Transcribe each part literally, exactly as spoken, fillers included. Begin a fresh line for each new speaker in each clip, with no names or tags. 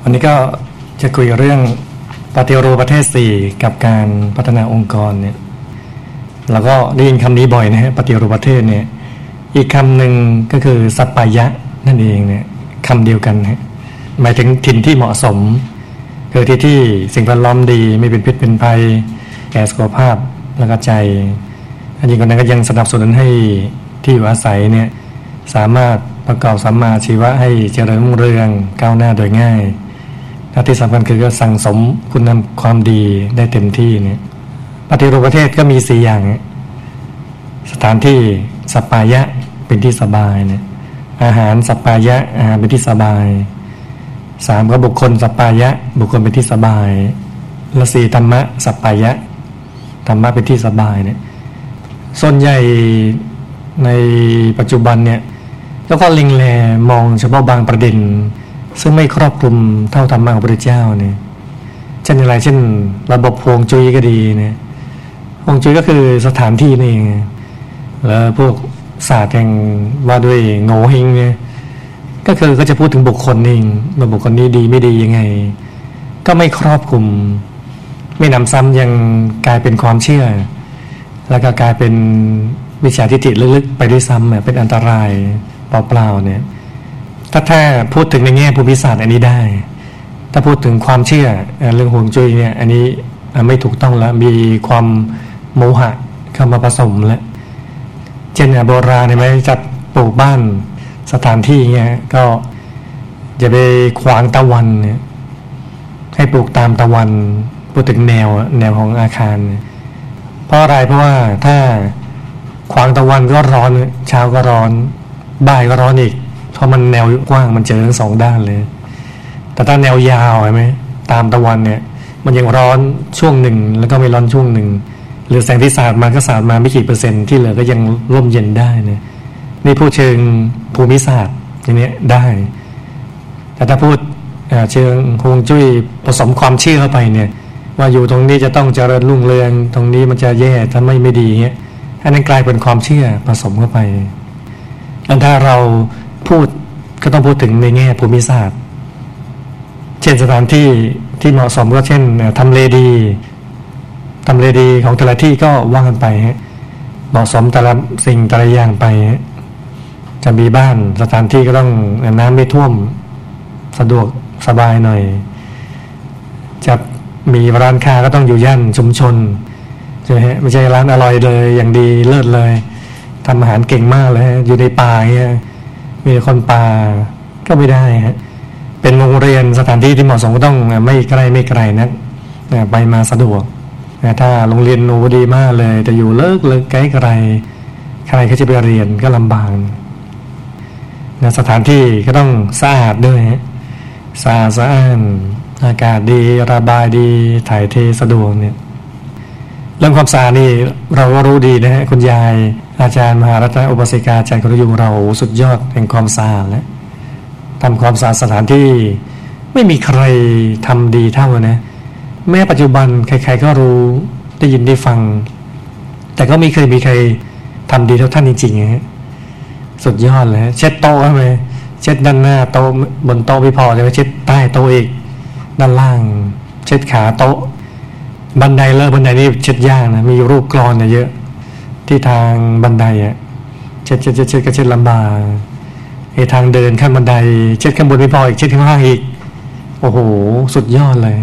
วันนี้ก็จะคุยเรื่องปฏิรูปประเทศสี่กับการพัฒนาองค์กรเนี่ยเราก็ได้ยินคำนี้บ่อยนะฮะปฏิรูปประเทศเนี่ยอีกคำหนึ่งก็คือสัปปายะนั่นเองเนี่ยคำเดียวกันฮะหมายถึงถิ่นที่เหมาะสมคือที่ที่สิ่งแวดล้อมดีไม่เป็นพิษเป็นภัยแก่สุขภาพและก็ใจอันนี้ก็นั้นก็ยังสนับสนุนให้ที่อยู่อาศัยเนี่ยสามารถประกอบสัมมาชีวะให้เจริญรุ่งเรืองก้าวหน้าโดยง่ายและที่สำคัญคือก็สั่งสมคุณความดีได้เต็มที่เนี่ยปฏิรูปประเทศก็มีสี่อย่างสถานที่สัปปายะเป็นที่สบายเนี่ยอาหารสัปปายะอาหารเป็นที่สบายสามก็บุคคลสัปปายะบุคคลเป็นที่สบายและสี่ธรรมะสัปปายะธรรมะเป็นที่สบายเนี่ยส่วนใหญ่ในปัจจุบันเนี่ยแล้วก็เล็งแลมองเฉพาะบางประเด็นซึ่งไม่ครอบคลุมเท่าธรรมะของพระพุทธเจ้าเนี่ยเช่นอะไรเช่นระบบฮวงจุ้ยก็ดีเนี่ยฮวงจุ้ยก็คือสถานที่นี่เองแล้วพวกศาสตร์แห่งว่าด้วยโง่เฮงเนี่ยก็คือก็จะพูดถึงบุคคลเองว่าบุคคลนี้ดีไม่ดียังไงก็ไม่ครอบคลุมไม่นำซ้ำยังกลายเป็นความเชื่อแล้วก็กลายเป็นวิชาทิฏฐิลึกๆไปด้วยซ้ำเป็นอันตรายเปล่าๆเนี่ยถ้าถ้าพูดถึงในแง่ภูมิศาสตร์อันนี้ได้ถ้าพูดถึงความเชื่อเรื่องฮวงจุ้ยเนี่ยอันนี้ไม่ถูกต้องแล้วมีความโมหะเข้ามาผสมแล้วเช่นโบราณเห็นไหมจัดปลูกบ้านสถานที่เงี้ยก็จะไปขวางตะวันเนี่ยให้ปลูกตามตะวันพูดถึงแนวแนวของอาคารเพราะอะไรเพราะว่าถ้าขวางตะวันก็ร้อนเช้าก็ร้อนบ่ายก็ร้อนอีกเพราะมันแนวกว้างมันเจอทั้งสองด้านเลยแต่ถ้าแนวยาวใช่ไหมตามตะวันเนี่ยมันยังร้อนช่วงหนึ่งแล้วก็ไม่ร้อนช่วงหนึ่งหรือแสงที่สาดมาก็สาดมาไม่กี่เปอร์เซ็นต์ที่เหลือก็ยังร่มเย็นได้เนี่ยนี่พูดเชิงภูมิศาสตร์อย่างนี้ได้แต่ถ้าพูดเชิงฮวงจุ้ยผสมความเชื่อเข้าไปเนี่ยว่าอยู่ตรงนี้จะต้องเจริญรุ่งเรืองตรงนี้มันจะแย่ถ้าไม่ไม่ดีเงี้ยอันนั้นกลายเป็นความเชื่อผสมเข้าไปอันถ้าเราพูดก็ต้องพูดถึงในแง่ภูมิศาสตร์เช่นสถานที่ที่เหมาะสมก็เช่นทำเลดีทำเลดีของแต่ละที่ก็ว่ากันไปฮะเหมาะสมแต่ละสิ่งแต่ละอย่างไปจะมีบ้านสถานที่ก็ต้องน้ำไม่ท่วมสะดวกสบายหน่อยจะมีร้านค้าก็ต้องอยู่ย่านชุมชนใช่ไหมฮะไม่ใช่ร้านอร่อยเลยอย่างดีเลิศเลยทำอาหารเก่งมากเลยอยู่ในป่าเงี้ยมีคนป่าก็ไม่ได้ฮะเป็นโรงเรียนสถานที่ที่เหมาะสมก็ต้องไม่ใกล้ไม่ไกลนักไปมาสะดวกถ้าโรงเรียนโน้ดีมากเลยแต่อยู่เลิกเลิกไกลไกลใครเขาจะไปเรียนก็ลำบากนะสถานที่ก็ต้องสะอาดด้วยสะอาดสะอ้านอากาศดีระบายดีถ่ายเทสะดวกเนี่ยเรื่องความสะอาดนี่เราก็รู้ดีนะฮะคุณยายอาจารย์มหารัตนอุปสิกาอาจารย์กรยุงเราสุดยอดแห่งความสะอาดแล้วทำความสะอาดสถานที่ไม่มีใครทำดีเท่านะแม้ปัจจุบันใครๆก็รู้ได้ยินได้ฟังแต่ก็ไม่เคยมีใครทำดีเท่าท่านจริงๆฮะสุดยอดเลยเช็ดโต๊ะใช่ไหมเช็ดด้านหน้าโต๊ะบนโต๊ะไม่พอใช่ไหมเช็ดใต้โต๊ะอีกด้านล่างเช็ดขาโต๊ะบันไดเลิกบันไดนี่เช็ดยากนะมีรูปกลอนเนี่ยเยอะที่ทางบันไดอ่ะเช็ดเช็ดเช็ดเช็ดก็เช็ดลำบากไอ้ทางเดินขั้นบันไดเช็ดข้างบนไม่พออีกเช็ดข้างล่างอีกโอ้โหสุดยอดเลย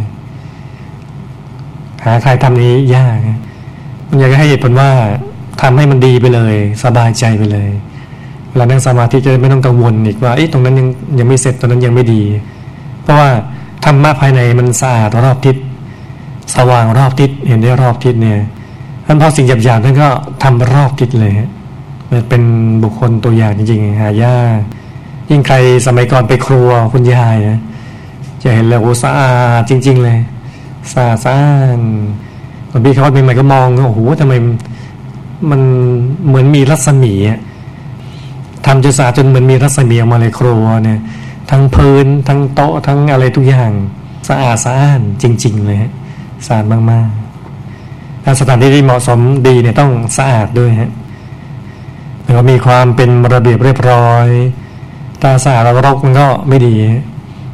หาใครทำนี้ยากมันอยากให้เหตุผลว่าทำให้มันดีไปเลยสบายใจไปเลยเวลานั่งสมาธิจะไม่ต้องกังวลอีกว่าไอ้ตรงนั้นยังยังไม่เสร็จตรงนั้นยังไม่ดีเพราะว่าธรรมะภายในมันสะอาดรอบทิศสว่างรอบทิศเห็นได้รอบทิศเนี่ยท่านพอสิ่งหยาบๆท่านก็ทำรอบทิศเลยมันเป็นบุคคลตัวอย่างจริงๆหายากยิ่งใครสมัยก่อนไปครัวคุณยายนะจะเห็นแล้วโอ้สะอาดจริงๆเลยสะอาดสะอ้านบางทีเขาเป็นใหม่ก็มองโอ้โหทำไมมันเหมือนมีรัศมีทำจนสะอาดจนเหมือนมีรัศมีออกมาเลยครัวเนี่ยทั้งพื้นทั้งโต๊ะทั้งอะไรทุกอย่างสะอาดสะอ้านจริงๆเลยสะอาดมากๆถ้าสถานที่ที่เหมาะสมดีเนี่ยต้องสะอาดด้วยฮะแล้วก็มีความเป็นระเบียบเรียบร้อยถ้าสะอาดแล้วรกมันก็ไม่ดี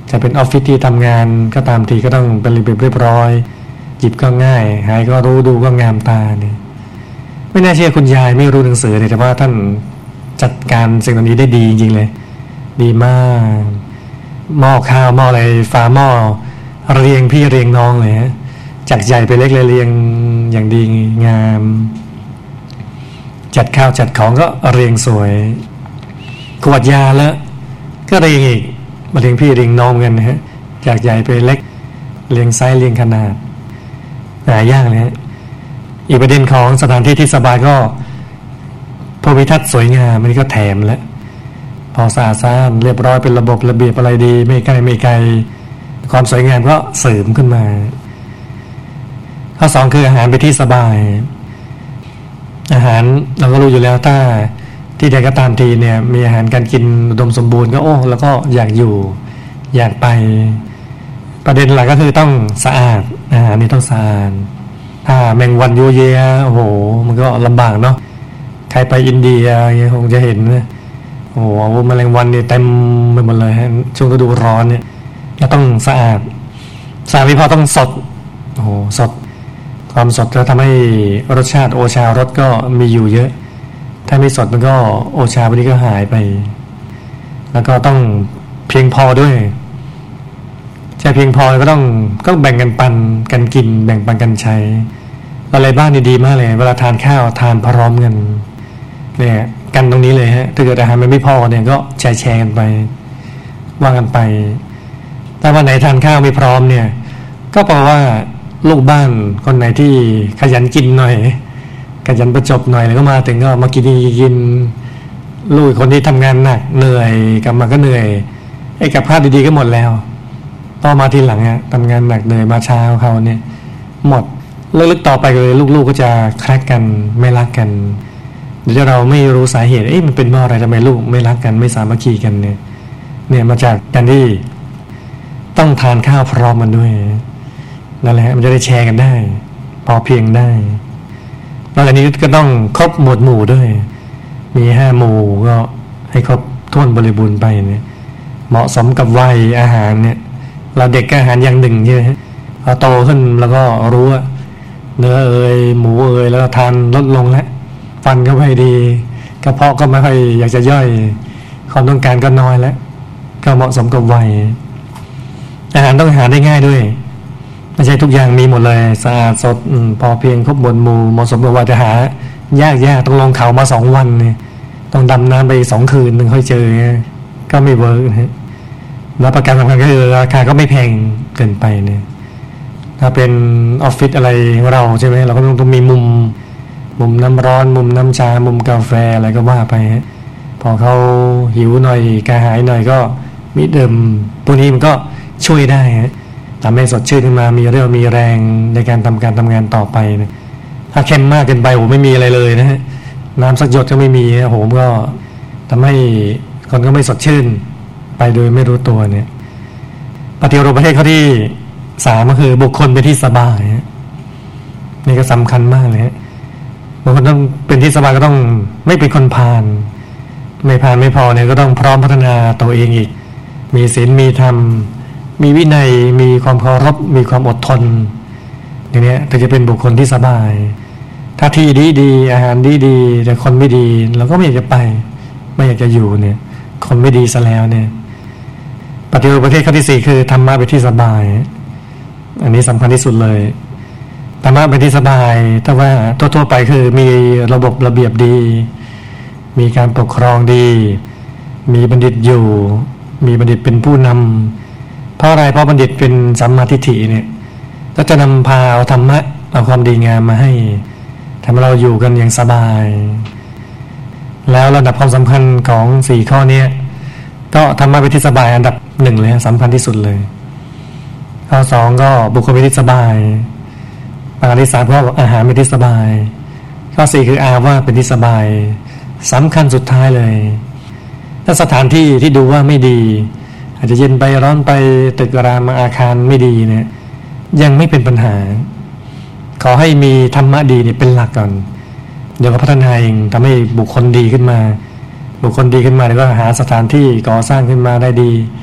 จะเป็นออฟฟิศที่ทำงานก็ตามทีก็ต้องเป็นระเบียบเรียบร้อยหยิบก็ง่ายหายก็รู้ดูก็งามตาเนี่ยไม่น่าเชื่อคุณยายไม่รู้หนังสือเลยแต่ว่าท่านจัดการสิ่งเหล่านี้ได้ดีจริงๆเลยดีมากหม้อข้าวหม้ออะไรฝาหม้อเรียงพี่เรียงน้องเลยฮะจากใหญ่ไปเล็กเลยเรียงอย่างดีงามจัดข้าวจัดของก็เรียงสวยขวดยาแล้วก็เรียงอีกมาเรียงพี่เรียงน้องกันนะฮะจากใหญ่ไปเล็กเรียงไซส์เรียงขนาดหายากเลยฮะอีกประเด็นของสถานที่ที่สบายก็ภูมิทัศน์สวยงามมันก็แถมแล้วพอสะอาดสะอ้านเรียบร้อยเป็นระบบระเบียบอะไรดีไม่ใกล้ไม่ไกลความสวยงามก็เสริมขึ้นมาข้อสองคืออาหารเป็นที่สบายอาหารเราก็รู้อยู่แล้วถ้าที่ใดก็ตามทีเนี่ยมีอาหารการกินอุดมสมบูรณ์ก็โอ้แล้วก็อยากอยู่อยากไปประเด็นหลักก็คือต้องสะอาดอาหารนี่ต้องสะอาดถ้าแมงวันยูเยโอ้โหมันก็ลำบากเนาะใครไปอินเดียคงจะเห็นนะโอ้โหแมลงวันเนี่ยเต็มไปหมดเลยฮะช่วงฤดูร้อนเนี่ยก็ต้องสะอาดสะอาดไม่พอต้องสดโอ้โหสดความสดจะทำให้รสชาติโอชารสก็มีอยู่เยอะถ้าไม่สดมันก็โอชาพวกนี้ก็หายไปแล้วก็ต้องเพียงพอด้วยใช่เพียงพอก็ต้องก็แบ่งกันปันกันกินแบ่งปันกันใช้อะไรบ้างนี่ดีมากเลยเวลาทานข้าวทานพร้อมกันเนี่ยกันตรงนี้เลยฮะถ้าเกิดอาหารมันไม่พอเนี่ยก็แชร์แชร์กันไปว่ากันไปถ้าวันไหนทานข้าวไม่พร้อมเนี่ยก็แปลว่าลูกบ้านคนไหนที่ขยันกินหน่อยขยันประจบหน่อยแล้วก็มาถึงก็มากินกินลูกคนที่ทำงานหนักเหนื่อยกลับมาก็เหนื่อยไอ้กับข้าวดีๆก็หมดแล้วต่อมาทีหลังอ่ะทำงานหนักเหนื่อยมาเช้าเขาเนี่ยหมดลึกๆต่อไปเลยลูกๆก็จะแคลกกันไม่รักกันเดี๋ยวเราไม่รู้สาเหตุเอ๊ะมันเป็นเพราะอะไรทำไมลูกไม่รักกันไม่สามัคคีกันเนี่ยเนี่ยมาจากการที่ต้องทานข้าวพร้อมกันด้วยนั่นแหละมันจะได้แชร์กันได้พอเพียงได้นอกจากนี้ก็ต้องครบหมวดหมู่ด้วยมีห้าหมู่ก็ให้ครบถ้วนบริบูรณ์ไปเนี่ยเหมาะสมกับวัยอาหารเนี่ยเราเด็กก็อาหารอย่างหนึ่งใช่ไหมพอโตขึ้นแล้วก็รู้ว่าเนื้อเอยหมูเอยแล้วทานลดลงแล้วฟันก็ไม่ดีกระเพาะก็ไม่ค่อยอยากจะย่อยความต้องการก็น้อยแล้วก็เหมาะสมกับวัยอาหารต้องหาได้ง่ายด้วยไม่ใช่ทุกอย่างมีหมดเลยสะอาดสดพอเพียงครบหมวดหมู่เหมาะสมกับวัยแต่หายากยากต้องลงเขามาสองวันเนี่ยต้องดำน้ำไปสองคืนถึงค่อยเจอก็ไม่เวิร์กนะแล้วประกันสำคัญก็คือราคาก็ไม่แพงเกินไปเนี่ยถ้าเป็นออฟฟิศอะไรเราใช่ไหมเราก็ต้องต้องมีมุมมุมน้ำร้อนมุมน้ำชามุมกาแฟอะไรก็ว่าไปฮะพอเขาหิวหน่อยกระหายหน่อยก็มีดื่มพวกนี้มันก็ช่วยได้ฮะทำให้สดชื่นขึ้นมามีเรี่ยวมีแรงในการทำการทำงานต่อไปนะถ้าเข้มมากเกินไปโหไม่มีอะไรเลยนะฮะน้ำสักหยดก็ไม่มีโหก็ทำให้คนก็ไม่สดชื่นไปโดยไม่รู้ตัวเนี่ยปฏิรูปประเทศข้อที่สามก็คือบุคคลเป็นที่สบายนี่ก็สำคัญมากเลยบางคนต้องเป็นที่สบายก็ต้องไม่เป็นคนพาลไม่พาลไม่พอเนี่ยก็ต้องพร้อมพัฒนาตัวเองอีกมีศีลมีธรรมมีวินัยมีความเคารพมีความอดทนอย่างนี้ถึงจะเป็นบุคคลที่สบายถ้าที่ดีดีอาหารดีดีแต่คนไม่ดีเราก็ไม่อยากจะไปไม่อยากจะอยู่เนี่ยคนไม่ดีซะแล้วเนี่ยปฏิรูปประเทศข้อที่สี่คือธรรมะเป็นที่สบายอันนี้สำคัญที่สุดเลยธรรมะเป็นที่สบายแต่ว่าทั่วๆไปคือมีระบบระเบียบดีมีการปกครองดีมีบัณฑิตอยู่มีบัณฑิตเป็นผู้นำเพราะอะไรเพราะบัณฑิตเป็นสัมมาทิฏฐิเนี่ยก็จะนำพาเอาธรรมะเอาความดีงามมาให้ทำให้เราอยู่กันอย่างสบายแล้วระดับความสำคัญของสี่ข้อนี้ก็ธรรมะเป็นที่สบายอันดับหนึ่งเลยสำคัญที่สุดเลยข้อสองก็บุคคลเป็นที่สบายประการที่สามก็อาหารเป็นที่สบายข้อสี่คืออาว่าเป็นที่สบายสำคัญสุดท้ายเลยถ้าสถานที่ที่ดูว่าไม่ดีอาจจะเย็นไปร้อนไปตึกรามอาคารไม่ดีเนี่ยยังไม่เป็นปัญหาขอให้มีธรรมะดีเนี่ยเป็นหลักก่อนเดี๋ยวก็พัฒนาเองทำให้บุคคลดีขึ้นมาบุคคลดีขึ้นมาแล้วก็หาสถานที่ก่อสร้างขึ้นมาได้ดี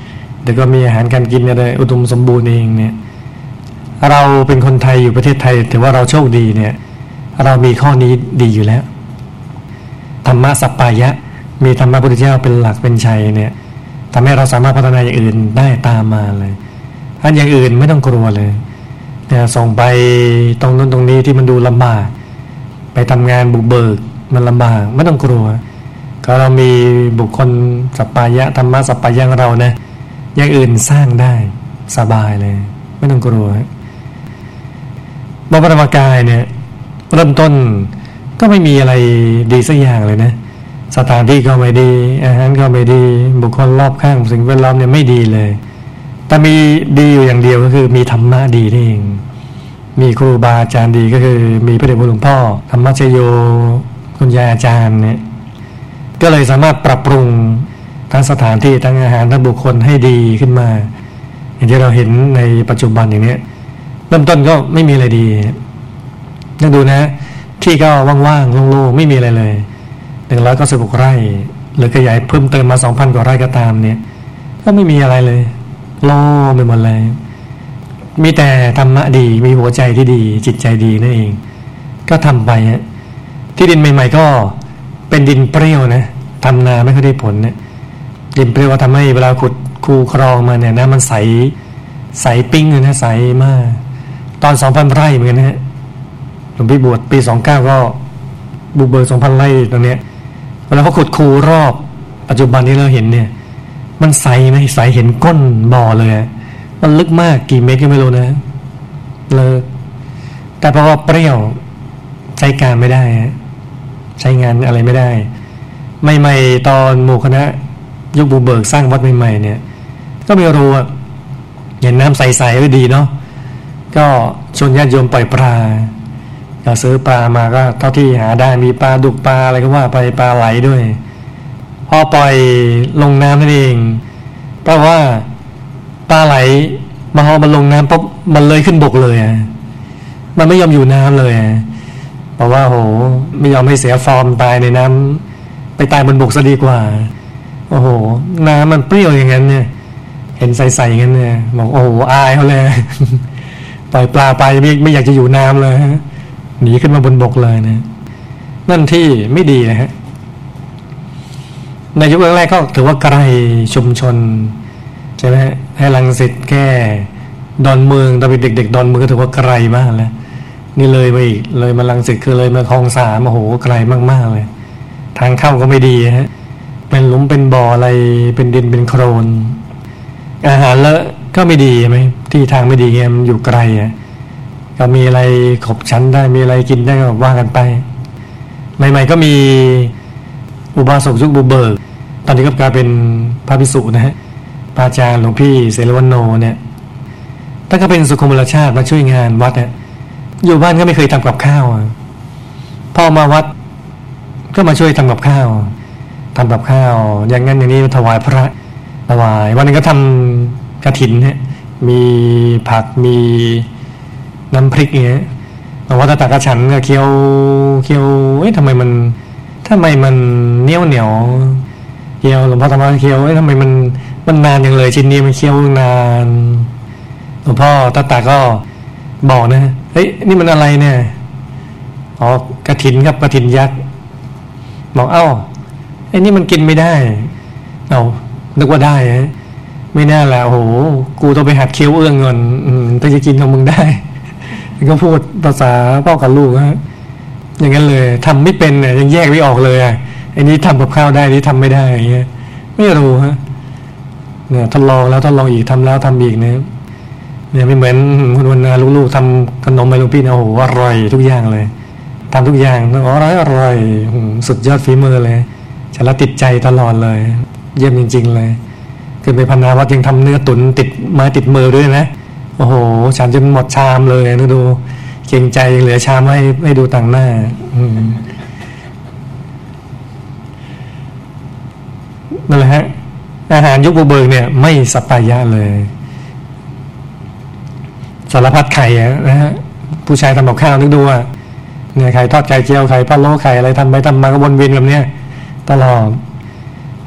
เดี๋ยวก็มีอาหารการกินอะไรอุดมสมบูรณ์เองเนี่ยเราเป็นคนไทยอยู่ประเทศไทยถือว่าเราโชคดีเนี่ยเรามีข้อนี้ดีอยู่แล้วธรรมะสัปปายะมีธรรมะพุทธเจ้าเป็นหลักเป็นชัยเนี่ยทำให้เราสามารถพัฒนาอย่างอื่นได้ตามมาเลยอันอย่างอื่นไม่ต้องกลัวเลยเนี่ยส่งไปตรงนู้นตรงนี้ที่มันดูลำบากไปทำงานบุกเบิกมันลำบากไม่ต้องกลัวก็เรามีบุคคลสัปปายะธรรมะสัปปายะของเรานะอย่างอื่นสร้างได้สบายเลยไม่ต้องกลัววัดพระธรรมกายเนี่ยเริ่มต้นก็ไม่มีอะไรดีสักอย่างเลยนะสถานที่ก็ไม่ดีอาหารก็ไม่ดีบุคคลรอบข้างสิ่งแวดล้อมเนี่ยไม่ดีเลยแต่มีดีอยู่อย่างเดียวก็คือมีธรรมะดีนี่เองมีครูบาอาจารย์ดีก็คือมีพระเดชพระคุณหลวงพ่อธรรมชโยคุณยายอาจารย์เนี่ยก็เลยสามารถปรับปรุงทั้งสถานที่ทั้งอาหารทั้งบุคคลให้ดีขึ้นมาอย่างที่เราเห็นในปัจจุบันอย่างนี้เริ่มต้นก็ไม่มีอะไรดีนั่งดูนะที่ก็ว่างๆโล่งๆไม่มีอะไรเลยหนึ่งร้อยเก้าสิบหกไร่หรือขยายเพิ่มเติมมาสองพันกว่าไร่ก็ตามเนี่ยก็ไม่มีอะไรเลยโล่งไปหมดเลยมีแต่ธรรมะดีมีหัวใจที่ดีจิตใจดีนั่นเองก็ทำไปฮะที่ดินใหม่ๆก็เป็นดินเปรี้ยวนะทำนาไม่ค่อยได้ผลเนี่ยดินเปรี้ยวทำให้เวลาขุดคูคลองมาเนี่ยนะมันใสใสปิ้งเลยนะใสมากตอนสองพันไร่เหมือนกันนะฮะหลวงพี่บวชปีสองเก้าก็บุกเบิกสองพันไร่ตรงเนี้ยเวลาเขาขุดคูรอบปัจจุบันนี้เราเห็นเนี่ยมันใสไหมใสเห็นก้นบ่อเลยมันลึกมากกี่เมตรก็ไม่รู้นะเลยแต่เพราะว่าเปรี้ยวใช้การไม่ได้ใช้งานอะไรไม่ได้ใหม่ๆตอนหมู่คณะยกบุกเบิกสร้างวัดใหม่ๆเนี่ยก็ไม่รู้เห็นน้ำใสๆก็ดีเนาะก็ชวนญาติโยมปล่อยปลาก็ซื้อปลามาก็เท่าที่หาได้มีปลาดุกปลาอะไรก็ว่าไปปลาไหลด้วยพอปล่อยลงน้ำนั่นเองเพราะว่าปลาไหลมาพอมันลงน้ำปุ๊บมันเลยขึ้นบกเลยมันไม่ยอมอยู่น้ำเลยเพราะว่าโหไม่ยอมให้เสียฟอร์มตายในน้ำไปตายบนบกซะดีกว่าโอ้โหน้ำมันเปรี้ยวอย่างนั้นเนี่ยเห็นใสๆอย่างนั้นเนี่ยบอกโอ้โหอายเขาเลยปล่อยปลาไปไม่ไม่อยากจะอยู่น้ำเลยหนีขึ้นมาบนบกเลยนะนั่นที่ไม่ดีนะฮะในยุคแรกๆก็ถือว่าไกลชุมชนใช่ไหมให้รังสิตแค่ดอนเมืองตอนเป็นเด็กๆดอนเมืองก็ถือว่าไกลมากแล้วนี่เลยไปอีกเลยมารังสิตคือเลยมาคลองสามโอ้โหไกลมากๆเลยทางเข้าก็ไม่ดีฮะเป็นหลุมเป็นบ่ออะไรเป็นดินเป็นโคลนอาหารเลอะก็ไม่ดีใช่ไหมที่ทางไม่ดีเงี้ยมันอยู่ไกลอ่ะก็มีอะไรขบชั้นได้มีอะไรกินได้ก็ว่ากันไปใหม่ๆก็มีอุบาสกยุคบุกเบิกตอนนี้ก็กลายเป็นพระภิกษุนะฮะพระอาจารย์หลวงพี่เสรวันโนเนี่ยท่านก็เป็นสุขโมลชาติมาช่วยงานวัดเนี่ยอยู่บ้านก็ไม่เคยทำกับข้าวพอมาวัดก็มาช่วยทำกับข้าวทำกับข้าวอย่างนั้นอย่างนี้ถวายพระถวายวันนึงก็ทำกฐินเนี่ยมีผักมีน้ำพริกอย่างเงี้ยบอกว่าตาตากระฉันก็เคี้ยวเคี้ยวเอ๊ะทำไมมันทำไมมันเหนียวเหนียวเคี้ยวหลวงพ่อธรรมะเคี้ยวเอ๊ะทำไมมันมันนานอย่างเลยชิ้นนี้มันเคี้ยวนานหลวงพ่อตาตาก็บอกนะเฮ้ยนี่มันอะไรเนี่ยอ๋อกฐินครับกฐินยักษ์บอกเอ้าไอ้นี่มันกินไม่ได้เอานึกว่าได้ฮะไม่น่าแหละโอ้โหกูต้องไปหัดเคี้ยวเอื้องเงินถ้าจะกินของมึงได้ก็พูดภาษาพ่อกับลูกฮะอย่างนั้นเลยทำไม่เป็นเนี่ยยังแยกไม่ออกเลยอ่ะไอ้นี้ทำกับข้าวได้นี่ทำไม่ได้อย่างเงี้ยไม่รู้ฮะเนี่ยทดลองแล้วทดลองอีกทำแล้วทำอีกเนี่ยเนี่ยไม่เหมือนคุณวันนาลูกๆทำขนมไปลูกพี่นะโอ้โหอร่อยทุกอย่างเลยทำทุกอย่างอร่อยอร่อยสุดยอดฝีมือเลยฉันละติดใจตลอดเลยเยี่ยมจริงๆเลยขึ้นไปพันนาวัดยังทำเนื้อตุ๋นติดไม้ติดมือด้วยนะโอ้โหฉันจนหมดชามเลยนึกดูเก่งใจเหลือชามให้ให้ดูต่างหน้านั่นแหละฮะอาหารยุคบุกเบิกเนี่ยไม่สัปปายะเลยสารพัดไข่นะฮะผู้ชายทำกับข้าวนึกดูอ่ะเนี่ยไข่ทอดไข่เจียวไข่พะโล้ไข่อะไรทำไปทำมาก็วนเวียนแบบเนี้ยตลอด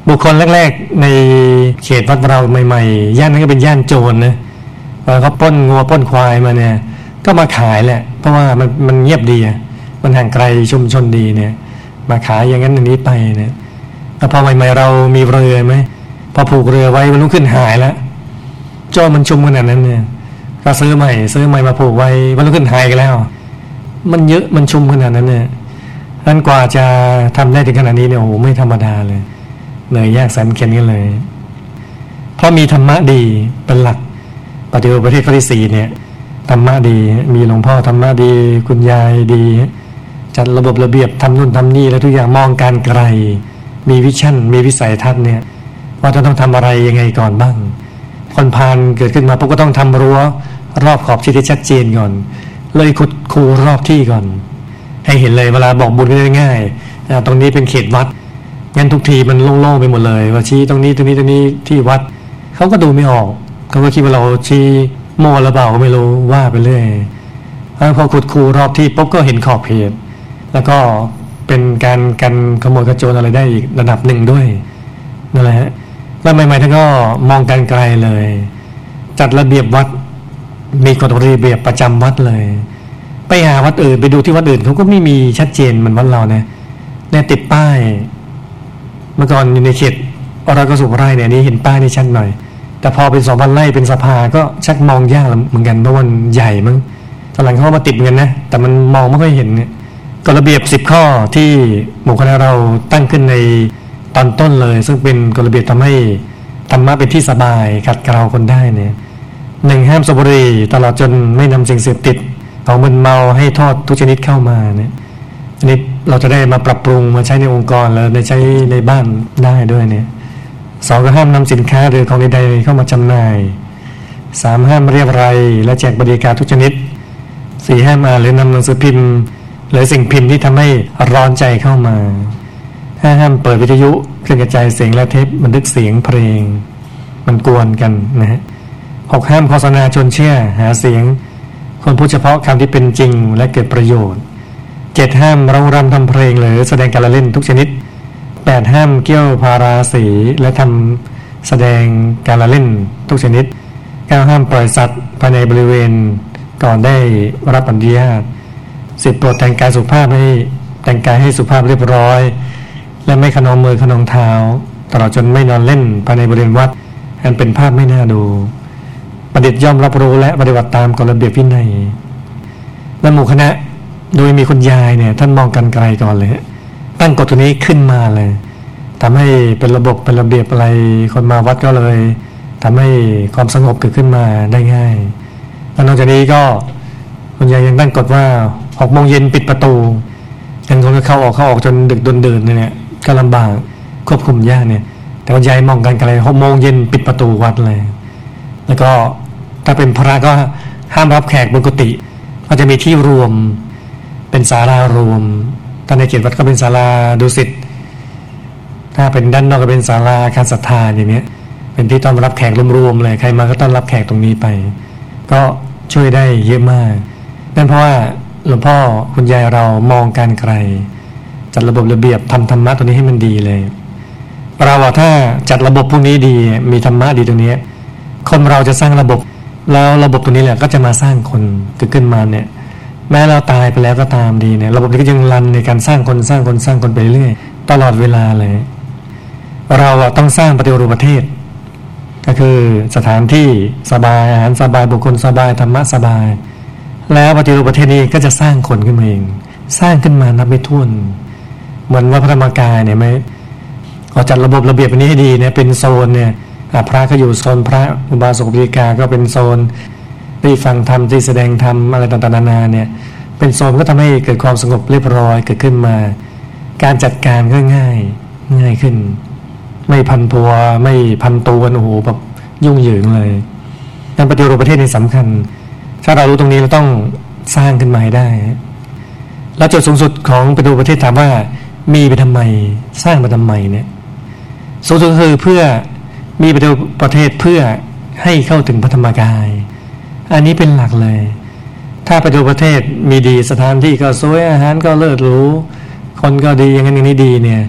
บุคคลแรกๆในเขตวัดเราใหม่ๆย่านนั้นก็เป็นย่านโจรนะแล้วเขาปล้นงัวปล้นควายมาเนี่ยก็มาขายแหละเพราะว่ามันมันเงียบดีมันห่างไกลชุมชนดีเนี่ยมาขายอย่างนั้นอย่างนี้ไปเนี่ยแล้วพอใหม่ๆเรามีเรือไหมพอผูกเรือไว้มันลุกขึ้นหายแล้วโจรมันชุมขนาดนั้นเนี่ยก็ซื้อใหม่ซื้อใหม่มาผูกไว้มันลุกขึ้นหายกันแล้วมันเยอะมันชุมขนาดนั้นเนี่ยนั่นกว่าจะทำได้ถึงขนาดนี้เนี่ยโอ้โหไม่ธรรมดาเลยเหนื่อยยากแสนเข็ญกันเลยเพราะมีธรรมะดีเป็นหลักปฏิบัติประเทศข้อที่สี่เนี่ยธรรมะดีมีหลวงพ่อธรรมะดีคุณยายดีจัดระบบระเบียบทำนู่นทำนี่แล้วทุกอย่างมองการไกลมีวิชั่นมีวิสัยทัศน์เนี่ยว่าจะต้องทำอะไรยังไงก่อนบ้างคนพาลเกิดขึ้นมาปุ๊บก็ต้องทำรั้วรอบขอบชิดที่ชัดเจนก่อนเลยขุดคูรอบที่ก่อนให้เห็นเลยเวลาบอกบุญง่ายๆตรงนี้เป็นเขตวัดงั้นทุกทีมันโล่งๆไปหมดเลยว่าชี้ตรงนี้ตรงนี้ตรงนี้ที่วัดเขาก็ดูไม่ออกเขาก็คิดว่าเราชี้โม่หรือเปล่าก็ไม่รู้ว่าไปเรื่อยพอขุดคูรอบที่ปุ๊บก็เห็นขอบเขตแล้วก็เป็นการกันขโมยกระโจนอะไรได้อีกระดับหนึ่งด้วยนั่นแหละฮะแล้วใหม่ๆท่านก็มองการไกลเลยจัดระเบียบวัดมีกฎระเบียบประจำวัดเลยไปหาวัดอื่นไปดูที่วัดอื่นเขาก็ไม่มีชัดเจนเหมือนวัดเรานะเนี่ยติดป้ายเมื่อก่อนอยู่ในเขตอรกสุขไร่เนี่ยนี้เห็นป้ายนี่ชัดหน่อยแต่พอเป็นสองพันไร่เป็นสภาก็ชักมองยากเหมือนกันเพราะมันใหญ่มั้งตอนหลังเขามาติดเหมือนกันนะแต่มันมองไม่ค่อยเห็นเนี่ยกฎระเบียบสิบข้อที่หมู่คณะเราตั้งขึ้นในตอนต้นเลยซึ่งเป็นกฎระเบียบทำให้ธรรมะเป็นที่สบายขัดเกลาคนได้เนี่ยหนึ่งห้ามสูบบุหรี่ตลอดจนไม่นำสิ่งเสพติดของมึนเมาให้โทษทุกชนิดเข้ามาเนี่ยอันนี้เราจะได้มาปรับปรุงมาใช้ในองค์กรแล้วในใช้ในบ้านได้ด้วยเนี่ยสองก็ห้ามนำสินค้าหรือของใดๆเข้ามาจำหน่ายสามห้ามเรียบรัยและแจกบริการทุกชนิดสี่ห้ามอ่านหรือนำหนังสือพิมพ์หรือสิ่งพิมพ์ที่ทำให้ร้อนใจเข้ามาห้าห้ามเปิดวิทยุเครื่องกระจายเสียงและเทปบันทึกเสียงเพลงมันกวนกันนะฮะหกห้ามโฆษณาชวนเชื่อหาเสียงคนพูดเฉพาะคำที่เป็นจริงและเกิดประโยชน์เจ็ดห้ามร้องรำทำเพลงหรือแสดงการละเล่นทุกชนิดแปดห้ามเกี่ยวพาราสีและทำแสดงการละเล่นทุกชนิดเก้าห้ามปล่อยสัตว์ภายในบริเวณก่อนได้รับอนุญาตสิบโปรดแต่งกายสุภาพให้แต่งกายให้สุภาพเรียบร้อยและไม่ขนมมือขนมเท้าตลอดจนไม่นอนเล่นภายในบริเวณวัดอันเป็นภาพไม่น่าดูบัณฑิตย่อมรับรู้และปฏิบัติตามกฎระเบียบวินัยและหมู่คณะโดยมีคุณยายเนี่ยท่านมองกันไกลก่อนเลยตั้งกฎตัวนี้ขึ้นมาเลยทำให้เป็นระบบเป็นระเบียบอะไรคนมาวัดก็เลยทำให้ความสงบเกิดขึ้นมาได้ง่ายแล้วนอกจากนี้ก็คุณยายยังตั้งกฎว่าหกโมงเย็นปิดประตูยังคนก็เข้าออกเข้าออกจนดึกดนดื่นเนี่ยก็ลำบากควบคุมยากเนี่ยแต่คุณยายมองกันไกลหกโมงเย็นปิดประตูวัดเลยแล้วก็ถ้าเป็นพระก็ห้ามรับแขกบนกุฏิก็จะมีที่รวมเป็นศาลารวมถ้าในเขตวัดก็เป็นศาลาดุสิตถ้าเป็นด้านนอกก็เป็นศาลาอาคารศรัทธาอย่างเนี้ยเป็นที่ต้อนรับแขกรวมๆเลยใครมาก็ต้อนรับแขกตรงนี้ไปก็ช่วยได้เยอะมากนั่นเพราะว่าหลวงพ่อคุณยายเรามองการไกลจัดระบบระเบียบทำธรรมะตัวนี้ให้มันดีเลยเราว่าถ้าจัดระบบพวกนี้ดีมีธรรมะดีตรงนี้คนเราจะสร้างระบบแล้วระบบตัวนี้แหละก็จะมาสร้างคนเกิดขึ้นมาเนี่ยแม้เราตายไปแล้วก็ตามดีเนี่ยระบบนี้ก็ยังรันในการสร้างคนสร้างคนสร้างคนไปเรื่อยตลอดเวลาเลยเราต้องสร้างปฏิรูปประเทศก็คือสถานที่สบายอาหารสบายบุคคลสบายธรรมะสบายแล้วปฏิรูปประเทศนี้ก็จะสร้างคนขึ้นมาเองสร้างขึ้นมานับไม่ถ้วนเหมือนว่าพระธรรมกายเนี่ยไหมเราจัดระบบระเบียบอันนี้ให้ดีเนี่ยเป็นโซนเนี่ยพระก็อยู่โซนพระอุบาสกอุบาสิกาก็เป็นโซนที่ฟังธรรมที่แสดงธรรมอะไรต่างๆนานาเนี่ยเป็นโซนก็ทำให้เกิดความสงบเรียบร้อยเกิดขึ้นมาการจัดการก็ง่ายง่ายขึ้นไม่พันพัวไม่พันตัวกันโอ้โหแบบยุ่งเหยิงเลยการปฏิรูปประเทศนี่สำคัญถ้าเรารู้ตรงนี้เราต้องสร้างขึ้นมาให้ได้แล้วจุดสูงสุดของปฏิรูปประเทศถามว่ามีไปทำไมสร้างมาทำไมเนี่ยสูงสุดคือเพื่อมีปฏิรูปประเทศเพื่อให้เข้าถึงพระธรรมกายอันนี้เป็นหลักเลยถ้าปฏิรูปประเทศมีดีสถานที่ก็สวยอาหารก็เลิศหรูคนก็ดีอย่างนั้นอย่างนี้ดีเนี่ย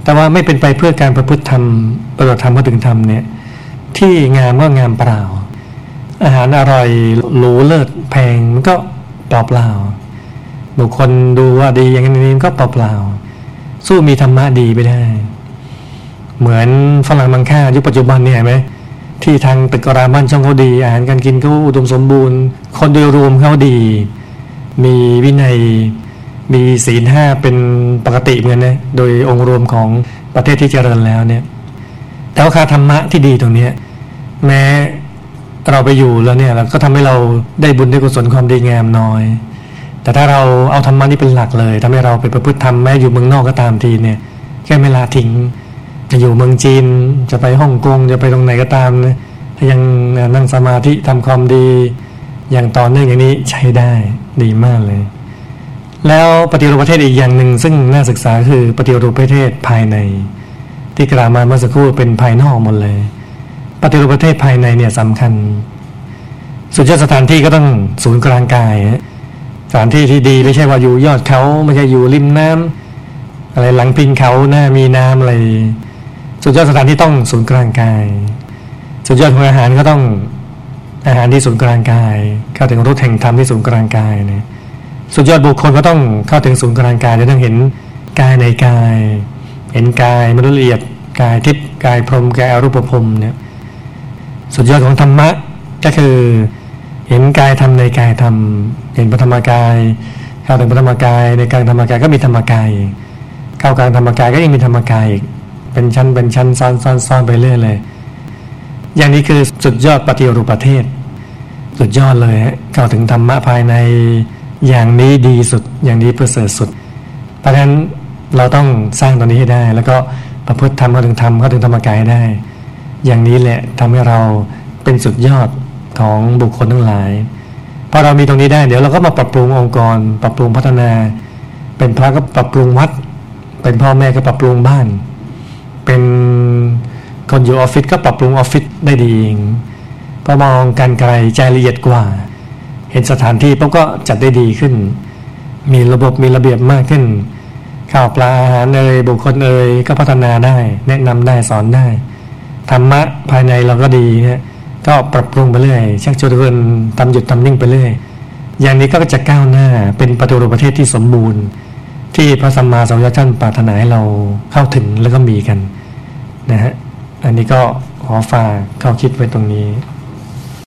แต่ว่าไม่เป็นไปเพื่อการประพฤติธรรมปฏิบัติธรรมก็ถึงธรรมเนี่ยที่งามก็งามเปล่าอาหารอร่อยหรูเลิศแพงมันก็เปล่าเปล่าบุคคลดูว่าดีอย่างนี้มันก็เปล่าเปล่าสู้มีธรรมะดีไม่ได้เหมือนฝรั่งมังค่ายุคปัจจุบันเนี่ยเห็นไหมที่ทางตึกรามบ้านช่องเขาดีอาหารการกินเขาอุดมสมบูรณ์คนโดยรวมเขาดีมีวินัยมีศีลห้าเป็นปกติเหมือนกันนะโดยองค์รวมของประเทศที่เจริญแล้วเนี่ยแต่ว่าค่าธรรมะที่ดีตรงนี้แม้เราไปอยู่แล้วเนี่ยเราก็ทำให้เราได้บุญได้กุศลความดีงามน้อยแต่ถ้าเราเอาธรรมะนี่เป็นหลักเลยทำให้เราไปประพฤติธรรมแม้อยู่เมืองนอกก็ตามทีเนี่ยแค่เวลาทิ้งจะอยู่เมืองจีนจะไปฮ่องกงจะไปตรงไหนก็ตามนะถ้ายังนั่งสมาธิทำความดีอย่างต่อเนื่องอย่างนี้ใช้ได้ดีมากเลยแล้วปฏิรูปประเทศอีกอย่างหนึ่งซึ่งน่าศึกษาคือปฏิรูปประเทศภายในที่กล่าวมาเมื่อสักครู่เป็นภายนอกหมดเลยปฏิรูปประเทศภายในเนี่ยสำคัญสุดยอดสถานที่ก็ต้องศูนย์กลางกายสถานที่ที่ดีไม่ใช่ว่าอยู่ยอดเขาไม่ใช่อยู่ริมน้ำอะไรหลังพิงเขาหน้ามีน้ำอะไรสุดยอดสถานที่ต้องศูนย์กลางกายสุดยอดของอาหารก็ต้องอาหารที่ศูนย์กลางกายเข้าถึงรสแห่งธรรมที่ศูนย์กลางกายเนี่ยสุดยอดบุคคลก็ต้องเข้าถึงศูนย์กลางกายจะต้องเห็นกายในกายเห็นกายมนุษย์ละเอียดกายทิพย์กายพรหมกายอรูปพรหมเนี่ยสุดยอดของธรรมะก็คือเห็นกายธรรมในกายธรรมเห็นปฐมกายเข้าถึงปฐมกายในกลางธรรมกายก็มีธรรมกายเข้ากลางธรรมกายก็ยังมีธรรมกายอีกเป็นชั้นเป็นชั้นซ้อนซ้อนซ้อนไปเรื่อยเลยอย่างนี้คือสุดยอดปฏิรูปประเทศสุดยอดเลยเข้าถึงธรรมะภายในอย่างนี้ดีสุดอย่างนี้ประเสริฐสุดเพราะฉะนั้นเราต้องสร้างตรงนี้ให้ได้แล้วก็ประพฤติธรรมเข้าถึงธรรมเข้าถึงธรรมกายได้อย่างนี้แหละทำให้เราเป็นสุดยอดของบุคคลทั้งหลายพอเรามีตรงนี้ได้เดี๋ยวเราก็มาปรับปรุงองค์กรปรับปรุงพัฒนาเป็นพระก็ปรับปรุงวัดเป็นพ่อแม่ก็ปรับปรุงบ้านเป็นคนอยู่ออฟฟิศก็ปรับปรุงออฟฟิศได้ดีเองพอมองการไกลใจละเอียดกว่าเห็นสถานที่ปุ๊บก็จัดได้ดีขึ้นมีระบบมีระเบียบมากขึ้นข้าวปลาอาหารเอ่ยบุคคลเอ่ยก็พัฒนาได้แนะนำได้สอนได้ธรรมะภายในเราก็ดีนะก็ปรับปรุงไปเรื่อยชักชวนคนทำหยุดทำนิ่งไปเรื่อยอย่างนี้ก็จะก้าวหน้าเป็นปฏิรูปประเทศที่สมบูรณ์ที่พระสัมมาสัมพุทธเจ้าปรารถนาให้เราเข้าถึงแล้วก็มีกันนะฮะอันนี้ก็ขอฝากข้อคิดไว้ตรงนี้